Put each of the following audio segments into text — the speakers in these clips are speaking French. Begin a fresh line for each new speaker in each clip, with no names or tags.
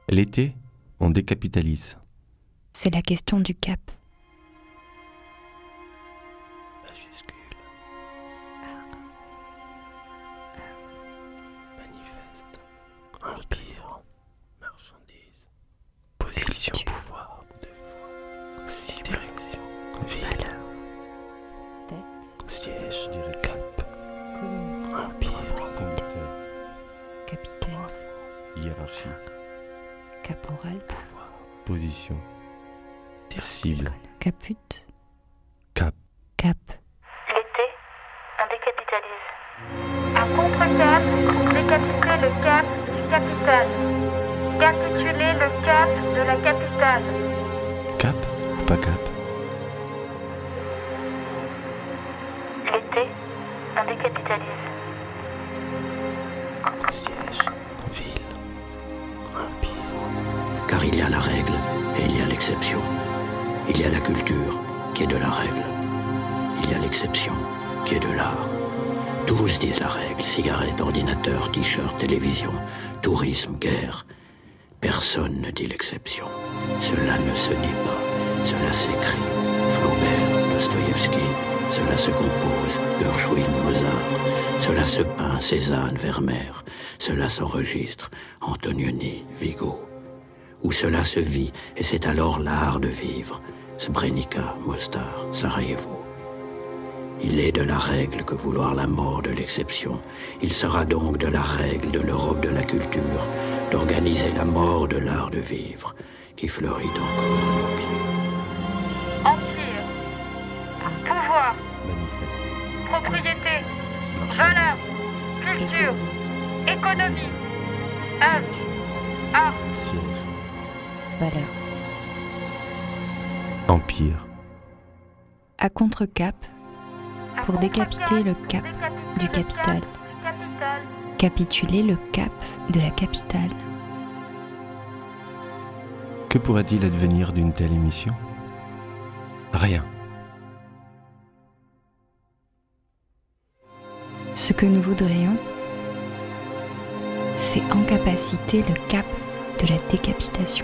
L'été, on décapitalise.
C'est la question du cap.
Majuscule. Manifeste. Empire. Marchandise. Position. Pouvoir. Devoir. Si. Direction. Ville.
Tête.
Siège. Cap.
Colonie.
Empire. Conducteur.
Capitaine.
Hiérarchie.
Caporal.
Position. Cible.
Caput.
Cap.
Cap.
L'été, on décapitalise. À contre-cap, pour décapiter le cap du capital. Capituler le cap de la capitale.
Cap ou pas cap?
L'été, on décapitalise.
Siège. Ville. Empire.
Car il y a la règle et il y a l'exception. Il y a la culture qui est de la règle. Il y a l'exception qui est de l'art. Tous disent la règle, cigarettes, ordinateur, t-shirt, télévision, tourisme, guerre. Personne ne dit l'exception. Cela ne se dit pas, cela s'écrit. Flaubert, Dostoïevski, cela se compose. Gershwin, Mozart, cela se peint. Cézanne, Vermeer, cela s'enregistre. Antonioni, Vigo. Où cela se vit, et c'est alors l'art de vivre. Srebrenica, Mostar, Sarajevo. Il est de la règle que vouloir la mort de l'exception. Il sera donc de la règle de l'Europe de la culture d'organiser la mort de l'art de vivre qui fleurit encore à nos pieds.
Empire, pouvoir,
Manifeste.
propriété, valeur, culture, économie, œuvre, art.
Siège.
Valeur.
Empire.
À contre-cap, pour décapiter le cap du capital. Capituler le cap de la capitale.
Que pourrait-il advenir d'une telle émission? Rien.
Ce que nous voudrions, c'est incapaciter le cap de la décapitation.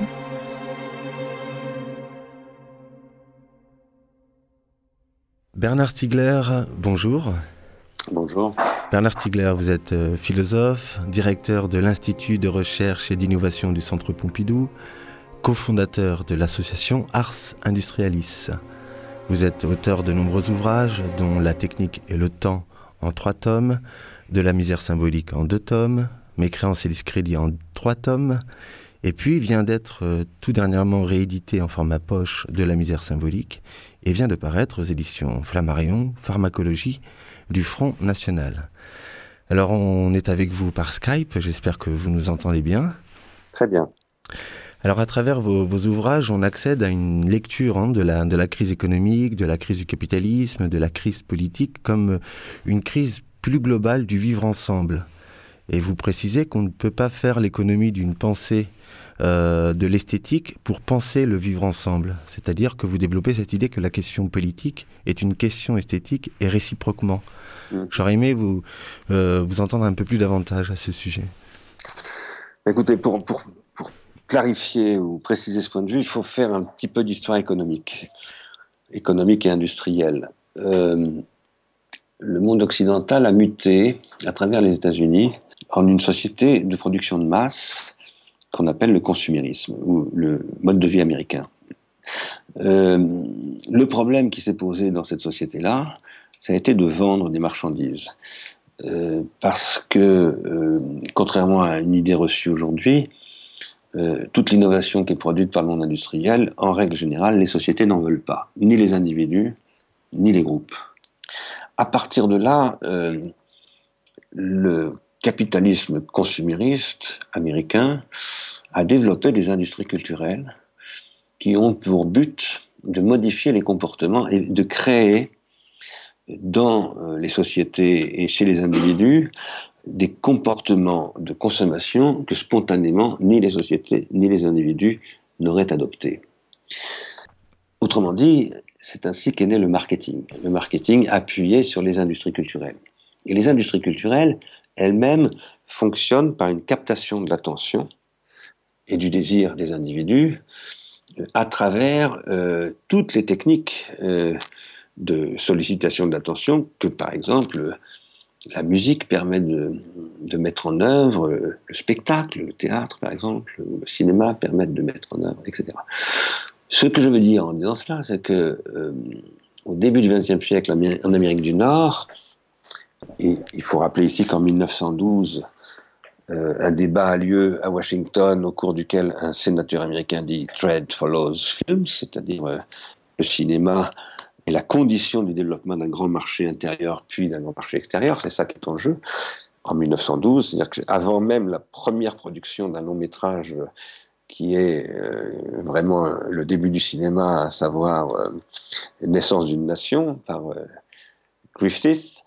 Bernard Stiegler, bonjour.
Bonjour.
Bernard Stiegler, vous êtes philosophe, directeur de l'Institut de recherche et d'innovation du Centre Pompidou, cofondateur de l'association Ars Industrialis. Vous êtes auteur de nombreux ouvrages, dont La technique et le temps en 3 tomes, De la misère symbolique en 2 tomes, Mes créances et discrédits en 3 tomes, et puis vient d'être tout dernièrement réédité en format poche De la misère symbolique, et vient de paraître aux éditions Flammarion, Pharmacologie, du Front National. Alors on est avec vous par Skype, j'espère que vous nous entendez bien.
Très bien.
Alors à travers vos ouvrages, on accède à une lecture de la crise économique, de la crise du capitalisme, de la crise politique, comme une crise plus globale du vivre ensemble. Et vous précisez qu'on ne peut pas faire l'économie d'une pensée de l'esthétique pour penser le vivre ensemble. C'est-à-dire que vous développez cette idée que la question politique est une question esthétique et réciproquement. J'aurais aimé vous entendre un peu plus davantage à ce sujet.
Écoutez, pour clarifier ou préciser ce point de vue, il faut faire un petit peu d'histoire économique et industrielle. Le monde occidental a muté à travers les États-Unis en une société de production de masse qu'on appelle le consumérisme ou le mode de vie américain. Le problème qui s'est posé dans cette société-là, ça a été de vendre des marchandises. Parce que, contrairement à une idée reçue aujourd'hui, toute l'innovation qui est produite par le monde industriel, en règle générale, les sociétés n'en veulent pas, ni les individus, ni les groupes. À partir de là, le capitalisme consumériste américain a développé des industries culturelles qui ont pour but de modifier les comportements et de créer dans les sociétés et chez les individus des comportements de consommation que spontanément ni les sociétés ni les individus n'auraient adoptés. Autrement dit, c'est ainsi qu'est né le marketing appuyé sur les industries culturelles. Et les industries culturelles elles-mêmes fonctionnent par une captation de l'attention et du désir des individus à travers toutes les techniques de sollicitation de l'attention que, par exemple, la musique permet de mettre en œuvre, le spectacle, le théâtre, par exemple, ou le cinéma permettent de mettre en œuvre, etc. Ce que je veux dire en disant cela, c'est que au début du XXe siècle, en Amérique du Nord, et il faut rappeler ici qu'en 1912, un débat a lieu à Washington au cours duquel un sénateur américain dit « Trade follows films », c'est-à-dire le cinéma est la condition du développement d'un grand marché intérieur puis d'un grand marché extérieur, c'est ça qui est en jeu. En 1912, c'est-à-dire qu'avant même la première production d'un long métrage qui est vraiment le début du cinéma, à savoir Naissance d'une nation par Griffith,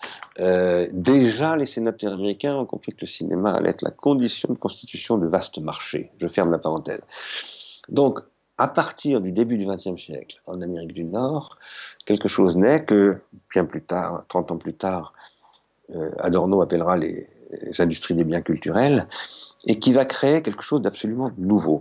déjà les sénateurs américains ont compris que le cinéma allait être la condition de constitution de vastes marchés. Je ferme la parenthèse. Donc, à partir du début du XXe siècle, en Amérique du Nord, quelque chose naît que, bien plus tard, 30 ans plus tard, Adorno appellera les industries des biens culturels, et qui va créer quelque chose d'absolument nouveau.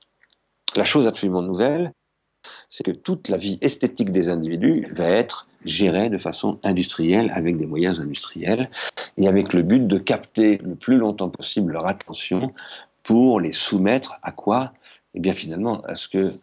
La chose absolument nouvelle, c'est que toute la vie esthétique des individus va être gérée de façon industrielle, avec des moyens industriels, et avec le but de capter le plus longtemps possible leur attention pour les soumettre à quoi ? Eh bien finalement à ce que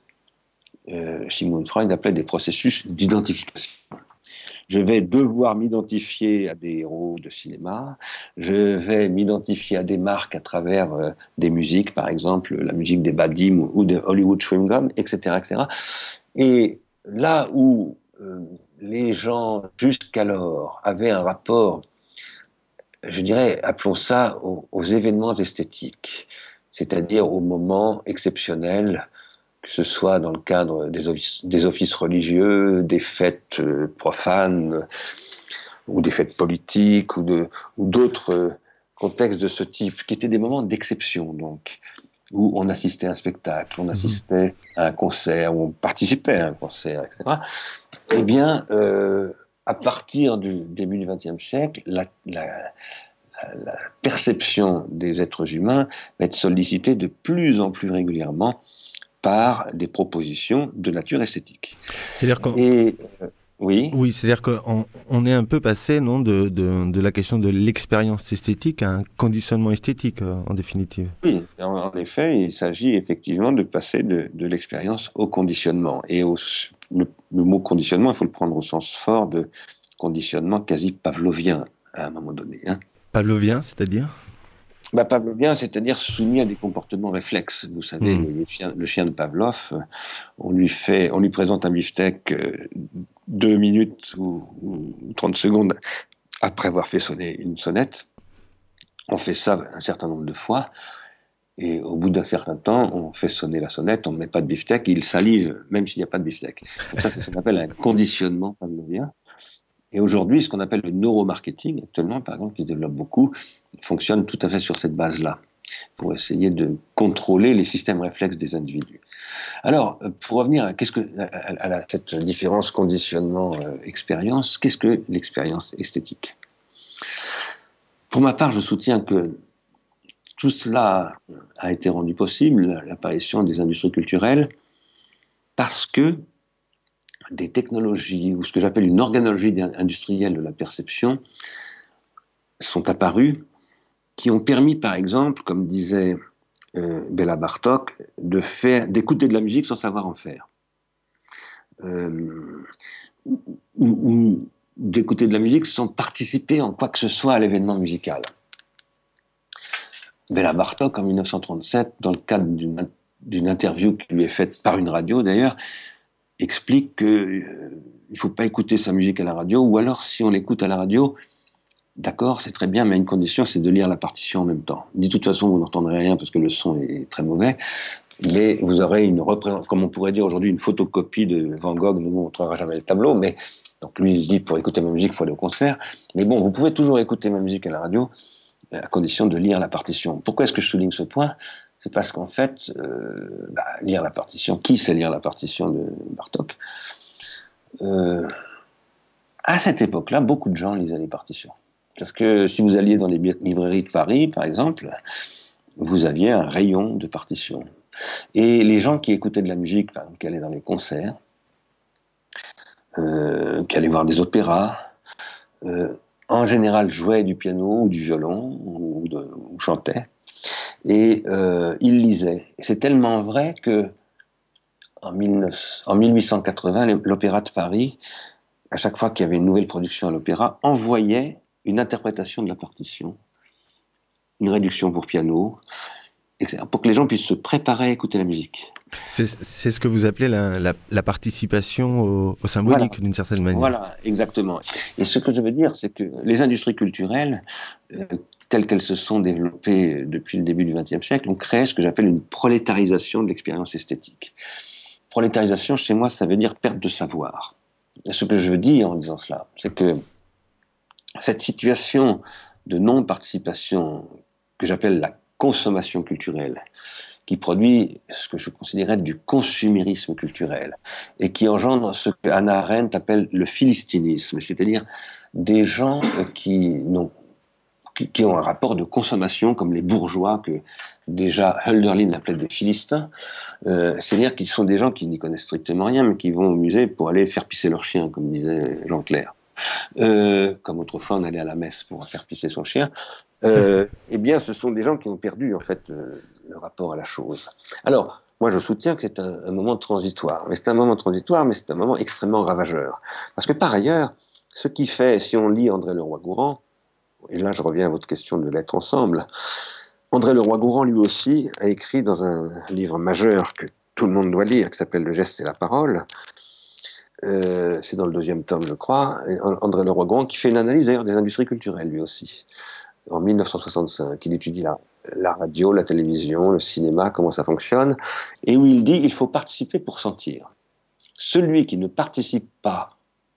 Sigmund Freud appelait des processus d'identification. Je vais devoir m'identifier à des héros de cinéma, je vais m'identifier à des marques à travers des musiques, par exemple la musique des Badim ou de Hollywood Chewing Gum, etc., etc. Et là où les gens jusqu'alors avaient un rapport, je dirais, appelons ça aux événements esthétiques, c'est-à-dire aux moments exceptionnels, que ce soit dans le cadre des offices religieux, des fêtes profanes, ou des fêtes politiques, ou d'autres contextes de ce type, qui étaient des moments d'exception, donc, où on assistait à un spectacle, on assistait à un concert, où on participait à un concert, etc. Eh bien, à partir du début du XXe siècle, la perception des êtres humains va être sollicitée de plus en plus régulièrement par des propositions de nature esthétique.
C'est-à-dire qu'on... Oui, c'est-à-dire qu'on est un peu passé, non, de la question de l'expérience esthétique à un conditionnement esthétique, en définitive.
Oui, en effet, il s'agit effectivement de passer de l'expérience au conditionnement. Et le mot conditionnement, il faut le prendre au sens fort de conditionnement quasi pavlovien, à un moment donné.
Pavlovien, c'est-à-dire ?
Pavlovien, c'est-à-dire soumis à des comportements réflexes. Vous savez, le chien de Pavlov, on lui présente un beefsteak 2 minutes ou 30 secondes après avoir fait sonner une sonnette. On fait ça un certain nombre de fois, et au bout d'un certain temps, on fait sonner la sonnette, on ne met pas de beefsteak, il salive, même s'il n'y a pas de beefsteak. Donc ça, c'est ce qu'on appelle un conditionnement pavlovien. Et aujourd'hui, ce qu'on appelle le neuromarketing, actuellement, par exemple, qui se développe beaucoup, fonctionne tout à fait sur cette base-là, pour essayer de contrôler les systèmes réflexes des individus. Alors, pour revenir à cette différence conditionnement-expérience, qu'est-ce que l'expérience esthétique ? Pour ma part, je soutiens que tout cela a été rendu possible, l'apparition des industries culturelles, parce que des technologies, ou ce que j'appelle une organologie industrielle de la perception, sont apparues, qui ont permis, par exemple, comme disait Béla Bartók, d'écouter de la musique sans savoir en faire. Ou d'écouter de la musique sans participer en quoi que ce soit à l'événement musical. Béla Bartók, en 1937, dans le cadre d'une interview qui lui est faite par une radio d'ailleurs, explique qu'il ne faut pas écouter sa musique à la radio, ou alors si on l'écoute à la radio, d'accord, c'est très bien, mais à une condition, c'est de lire la partition en même temps. De toute façon, vous n'entendrez rien parce que le son est très mauvais, mais vous aurez comme on pourrait dire aujourd'hui, une photocopie de Van Gogh, ne vous montrera jamais le tableau, mais donc lui, il dit, pour écouter ma musique, il faut aller au concert, mais bon, vous pouvez toujours écouter ma musique à la radio, à condition de lire la partition. Pourquoi est-ce que je souligne ce point ? C'est parce qu'en fait, lire la partition, qui sait lire la partition de Bartók ? À cette époque-là, beaucoup de gens lisaient les partitions. Parce que si vous alliez dans les librairies de Paris, par exemple, vous aviez un rayon de partitions. Et les gens qui écoutaient de la musique, par exemple, qui allaient dans les concerts, qui allaient voir des opéras, en général jouaient du piano ou du violon ou chantaient, et ils lisaient. Et c'est tellement vrai que en 1880, l'Opéra de Paris, à chaque fois qu'il y avait une nouvelle production à l'opéra, envoyait une interprétation de la partition, une réduction pour piano, etc., pour que les gens puissent se préparer à écouter la musique.
C'est ce que vous appelez la participation au symbolique, d'une certaine manière.
Voilà, exactement. Et ce que je veux dire, c'est que les industries culturelles, telles qu'elles se sont développées depuis le début du XXe siècle, ont créé ce que j'appelle une prolétarisation de l'expérience esthétique. Prolétarisation, chez moi, ça veut dire perte de savoir. Et ce que je veux dire en disant cela, c'est que cette situation de non-participation, que j'appelle la consommation culturelle, qui produit ce que je considérais du consumérisme culturel, et qui engendre ce que Hannah Arendt appelle le philistinisme, c'est-à-dire des gens qui ont un rapport de consommation comme les bourgeois que déjà Hölderlin appelait des Philistins, c'est-à-dire qu'ils sont des gens qui n'y connaissent strictement rien, mais qui vont au musée pour aller faire pisser leur chien, comme disait Jean Clair. Comme autrefois on allait à la messe pour faire pisser son chien. Eh bien, ce sont des gens qui ont perdu en fait le rapport à la chose. Alors, moi je soutiens que c'est un moment transitoire, mais c'est un moment transitoire, mais c'est un moment extrêmement ravageur. Parce que par ailleurs, ce qui fait, si on lit André Leroi-Gourhan, et là je reviens à votre question de l'être ensemble, André Leroi-Gourhan lui aussi a écrit dans un livre majeur que tout le monde doit lire, qui s'appelle Le geste et la parole, c'est dans le 2e tome je crois, et André Leroi-Gourhan qui fait une analyse d'ailleurs des industries culturelles lui aussi, en 1965, il étudie la radio, la télévision, le cinéma, comment ça fonctionne, et où il dit il faut participer pour sentir. Celui qui ne participe pas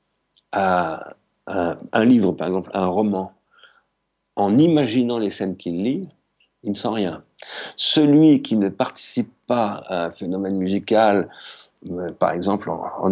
à un livre, par exemple, à un roman, en imaginant les scènes qu'il lit, il ne sent rien. Celui qui ne participe pas à un phénomène musical, par exemple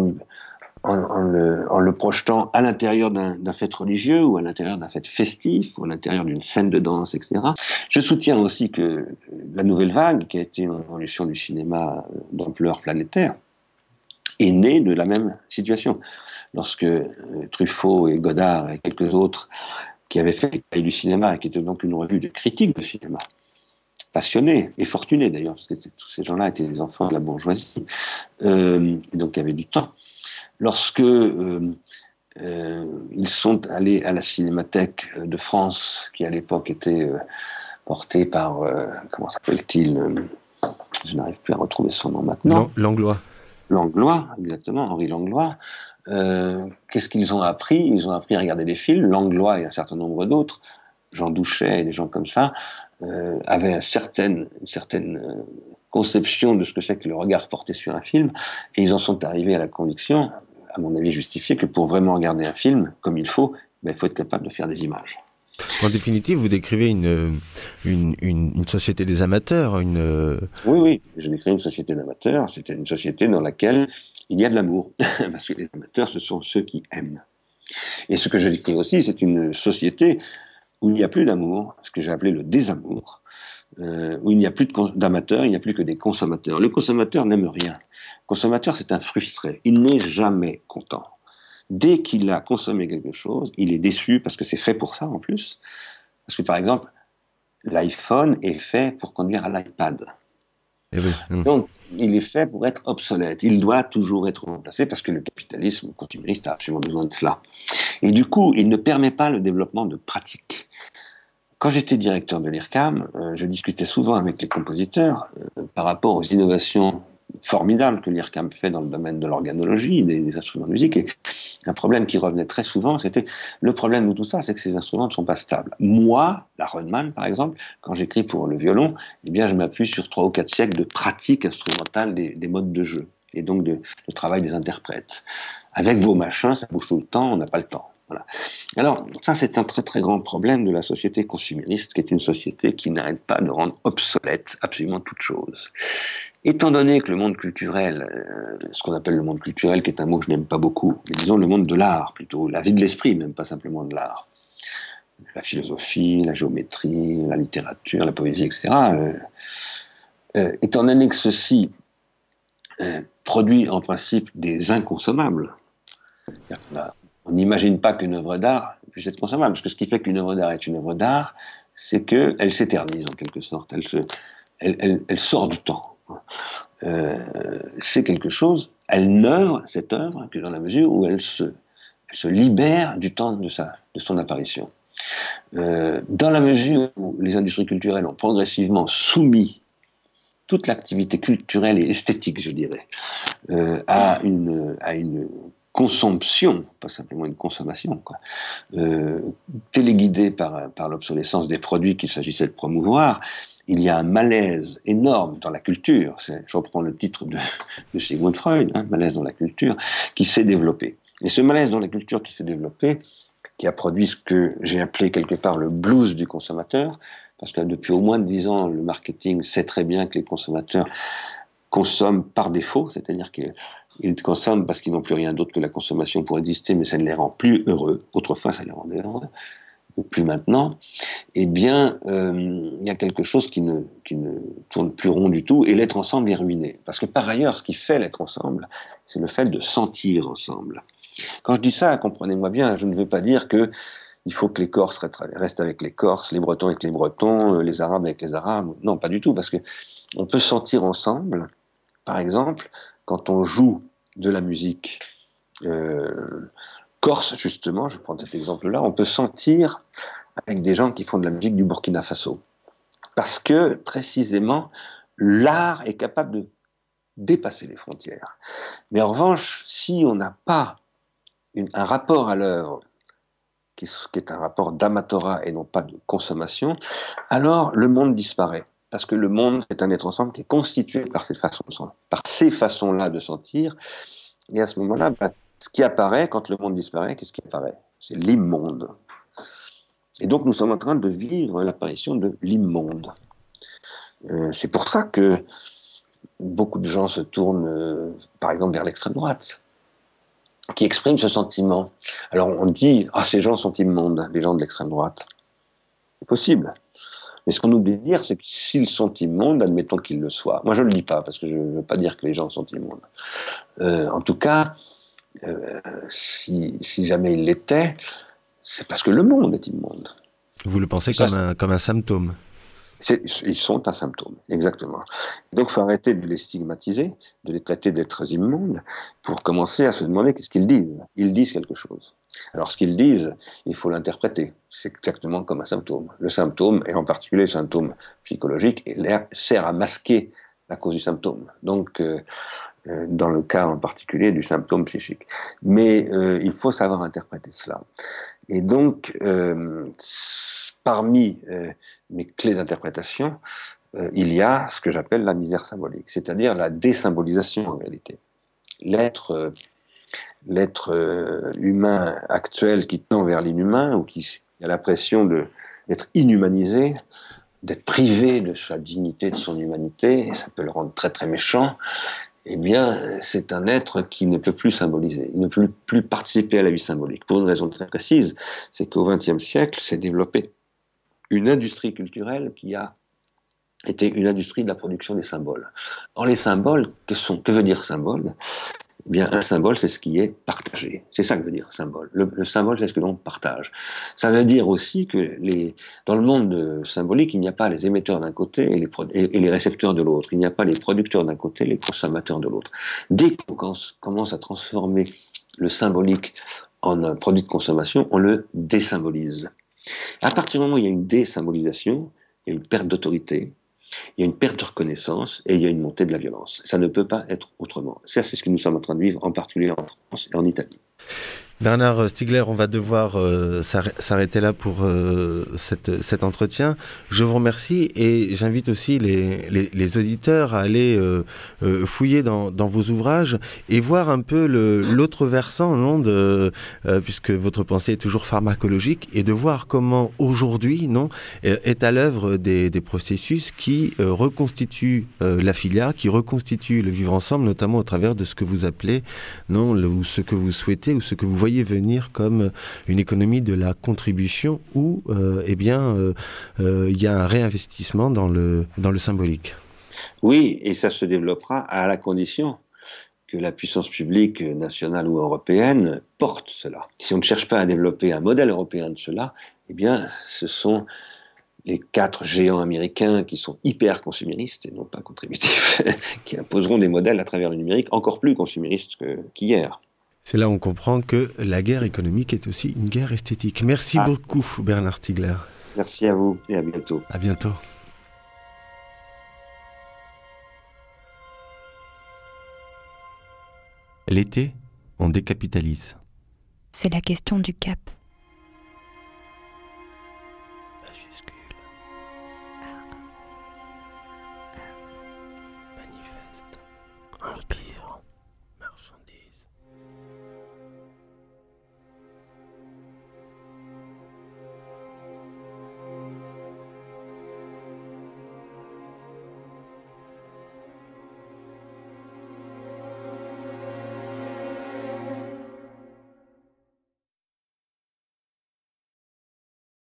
en le projetant à l'intérieur d'un fait religieux ou à l'intérieur d'un fait festif ou à l'intérieur d'une scène de danse, etc. Je soutiens aussi que la nouvelle vague, qui a été une révolution du cinéma d'ampleur planétaire, est née de la même situation. Lorsque Truffaut et Godard et quelques autres qui avaient fait les Cahiers du cinéma, et qui était donc une revue de critique de cinéma, passionnés et fortunés d'ailleurs, parce que tous ces gens-là étaient des enfants de la bourgeoisie, et donc il y avait du temps. Lorsque ils sont allés à la Cinémathèque de France, qui à l'époque était portée par, comment s'appelle-t-il, je n'arrive plus à retrouver son nom maintenant.
Langlois.
Langlois, exactement, Henri Langlois. Qu'est-ce qu'ils ont appris? Ils ont appris à regarder des films. Langlois et un certain nombre d'autres, Jean Douchet et des gens comme ça, avaient une certaine conception de ce que c'est que le regard porté sur un film, et ils en sont arrivés à la conviction, à mon avis justifiée, que pour vraiment regarder un film comme il faut être capable de faire des images.
En définitive, vous décrivez une société des amateurs.
Oui, je décris une société d'amateurs. C'est une société dans laquelle il y a de l'amour, parce que les amateurs, ce sont ceux qui aiment. Et ce que je décris aussi, c'est une société où il n'y a plus d'amour, ce que j'ai appelé le désamour, où il n'y a plus d'amateurs, il n'y a plus que des consommateurs. Le consommateur n'aime rien. Le consommateur, c'est un frustré. Il n'est jamais content. Dès qu'il a consommé quelque chose, il est déçu parce que c'est fait pour ça en plus. Parce que par exemple, l'iPhone est fait pour conduire à l'iPad.
Eh oui.
Donc, il est fait pour être obsolète. Il doit toujours être remplacé parce que le capitalisme consumériste a absolument besoin de cela. Et du coup, il ne permet pas le développement de pratiques. Quand j'étais directeur de l'IRCAM, je discutais souvent avec les compositeurs par rapport aux innovations formidables que l'IRCAM fait dans le domaine de l'organologie, des instruments de musique. Et un problème qui revenait très souvent, c'était le problème de tout ça, c'est que ces instruments ne sont pas stables. Moi, la Rodman, par exemple, quand j'écris pour le violon, eh bien, je m'appuie sur 3 ou 4 siècles de pratique instrumentale des modes de jeu, et donc de travail des interprètes. Avec vos machins, ça bouge tout le temps, on n'a pas le temps. Voilà. Alors, ça, c'est un très très grand problème de la société consumériste, qui est une société qui n'arrête pas de rendre obsolète absolument toute chose. Étant donné que le monde culturel, ce qu'on appelle le monde culturel, qui est un mot que je n'aime pas beaucoup, mais disons le monde de l'art plutôt, la vie de l'esprit, même pas simplement de l'art, la philosophie, la géométrie, la littérature, la poésie, etc., étant donné que ceci produit en principe des inconsommables, on n'imagine pas qu'une œuvre d'art puisse être consommable, parce que ce qui fait qu'une œuvre d'art est une œuvre d'art, c'est qu'elle s'éternise en quelque sorte, elle sort du temps. C'est quelque chose, elle n'œuvre, cette œuvre, que dans la mesure où elle se libère du temps de son apparition. Dans la mesure où les industries culturelles ont progressivement soumis toute l'activité culturelle et esthétique, je dirais, à une consomption, pas simplement une consommation, téléguidée par l'obsolescence des produits qu'il s'agissait de promouvoir, il y a un malaise énorme dans la culture, je reprends le titre de Sigmund Freud, malaise dans la culture, qui s'est développé. Et ce malaise dans la culture qui s'est développé, qui a produit ce que j'ai appelé quelque part le blues du consommateur, parce que depuis au moins 10 ans, le marketing sait très bien que les consommateurs consomment par défaut, c'est-à-dire qu'ils consomment parce qu'ils n'ont plus rien d'autre que la consommation pour exister, mais ça ne les rend plus heureux. Autrefois, ça les rendait heureux, ou plus maintenant. Eh bien, il y a quelque chose qui ne tourne plus rond du tout, et l'être ensemble est ruiné. Parce que par ailleurs, ce qui fait l'être ensemble, c'est le fait de sentir ensemble. Quand je dis ça, comprenez-moi bien, je ne veux pas dire qu'il faut que les Corses restent avec les Corses, les Bretons avec les Bretons, les Arabes avec les Arabes. Non, pas du tout, parce qu'on peut sentir ensemble, par exemple, quand on joue de la musique corse, justement, je prends cet exemple-là, on peut sentir avec des gens qui font de la musique du Burkina Faso. Parce que, précisément, l'art est capable de dépasser les frontières. Mais en revanche, si on n'a pas un rapport à l'œuvre qui est un rapport d'amatorat et non pas de consommation, alors le monde disparaît. Parce que le monde, c'est un être ensemble qui est constitué par ces façons-là de sentir. Et à ce moment-là, ce qui apparaît, quand le monde disparaît, qu'est-ce qui apparaît ? C'est l'immonde. Et donc nous sommes en train de vivre l'apparition de l'immonde. C'est pour ça que beaucoup de gens se tournent, par exemple, vers l'extrême droite, qui expriment ce sentiment. Alors on dit, ces gens sont immondes, les gens de l'extrême droite. C'est possible. Mais ce qu'on oublie de dire, c'est que s'ils sont immondes, admettons qu'ils le soient. Moi, je ne le dis pas, parce que je ne veux pas dire que les gens sont immondes. En tout cas, si jamais ils l'étaient, c'est parce que le monde est immonde.
Vous le pensez comme un symptôme ?
Ils sont un symptôme, exactement. Donc, il faut arrêter de les stigmatiser, de les traiter d'êtres immondes, pour commencer à se demander qu'est-ce qu'ils disent. Ils disent quelque chose. Alors, ce qu'ils disent, il faut l'interpréter. C'est exactement comme un symptôme. Le symptôme, et en particulier le symptôme psychologique, sert à masquer la cause du symptôme. Donc, dans le cas en particulier du symptôme psychique. Mais il faut savoir interpréter cela. Et donc, parmi mes clés d'interprétation, il y a ce que j'appelle la misère symbolique, c'est-à-dire la désymbolisation en réalité. L'être humain actuel qui tend vers l'inhumain, ou qui a l'impression d'être inhumanisé, d'être privé de sa dignité, de son humanité, et ça peut le rendre très très méchant, eh bien, c'est un être qui ne peut plus symboliser, il ne peut plus participer à la vie symbolique. Pour une raison très précise, c'est qu'au XXe siècle s'est développée une industrie culturelle qui a été une industrie de la production des symboles. Or, les symboles, que veut dire symbole ? Eh bien, un symbole, c'est ce qui est partagé. C'est ça que veut dire symbole. Le symbole, c'est ce que l'on partage. Ça veut dire aussi que dans le monde symbolique, il n'y a pas les émetteurs d'un côté et les récepteurs de l'autre. Il n'y a pas les producteurs d'un côté et les consommateurs de l'autre. Dès qu'on commence à transformer le symbolique en un produit de consommation, on le désymbolise. À partir du moment où il y a une désymbolisation, il y a une perte d'autorité, il y a une perte de reconnaissance et il y a une montée de la violence. Ça ne peut pas être autrement. Ça, c'est ce que nous sommes en train de vivre, en particulier en France et en Italie.
Bernard Stiegler, on va devoir s'arrêter là pour cet entretien. Je vous remercie et j'invite aussi les auditeurs à aller fouiller dans vos ouvrages et voir un peu l'autre versant, non, puisque votre pensée est toujours pharmacologique, et de voir comment aujourd'hui, non, est à l'œuvre des processus qui reconstituent la filia, qui reconstituent le vivre ensemble, notamment au travers de ce que vous appelez, non, ou ce que vous souhaitez, ou ce que vous voyez venir comme une économie de la contribution où il y a un réinvestissement dans le symbolique.
Oui, et ça se développera à la condition que la puissance publique nationale ou européenne porte cela. Si on ne cherche pas à développer un modèle européen de cela, eh bien, ce sont les 4 géants américains qui sont hyper consuméristes et non pas contributifs, qui imposeront des modèles à travers le numérique encore plus consuméristes qu'hier.
C'est là où on comprend que la guerre économique est aussi une guerre esthétique. Merci beaucoup, Bernard Stiegler.
Merci à vous et à bientôt.
À bientôt. L'été, on décapitalise.
C'est la question du cap.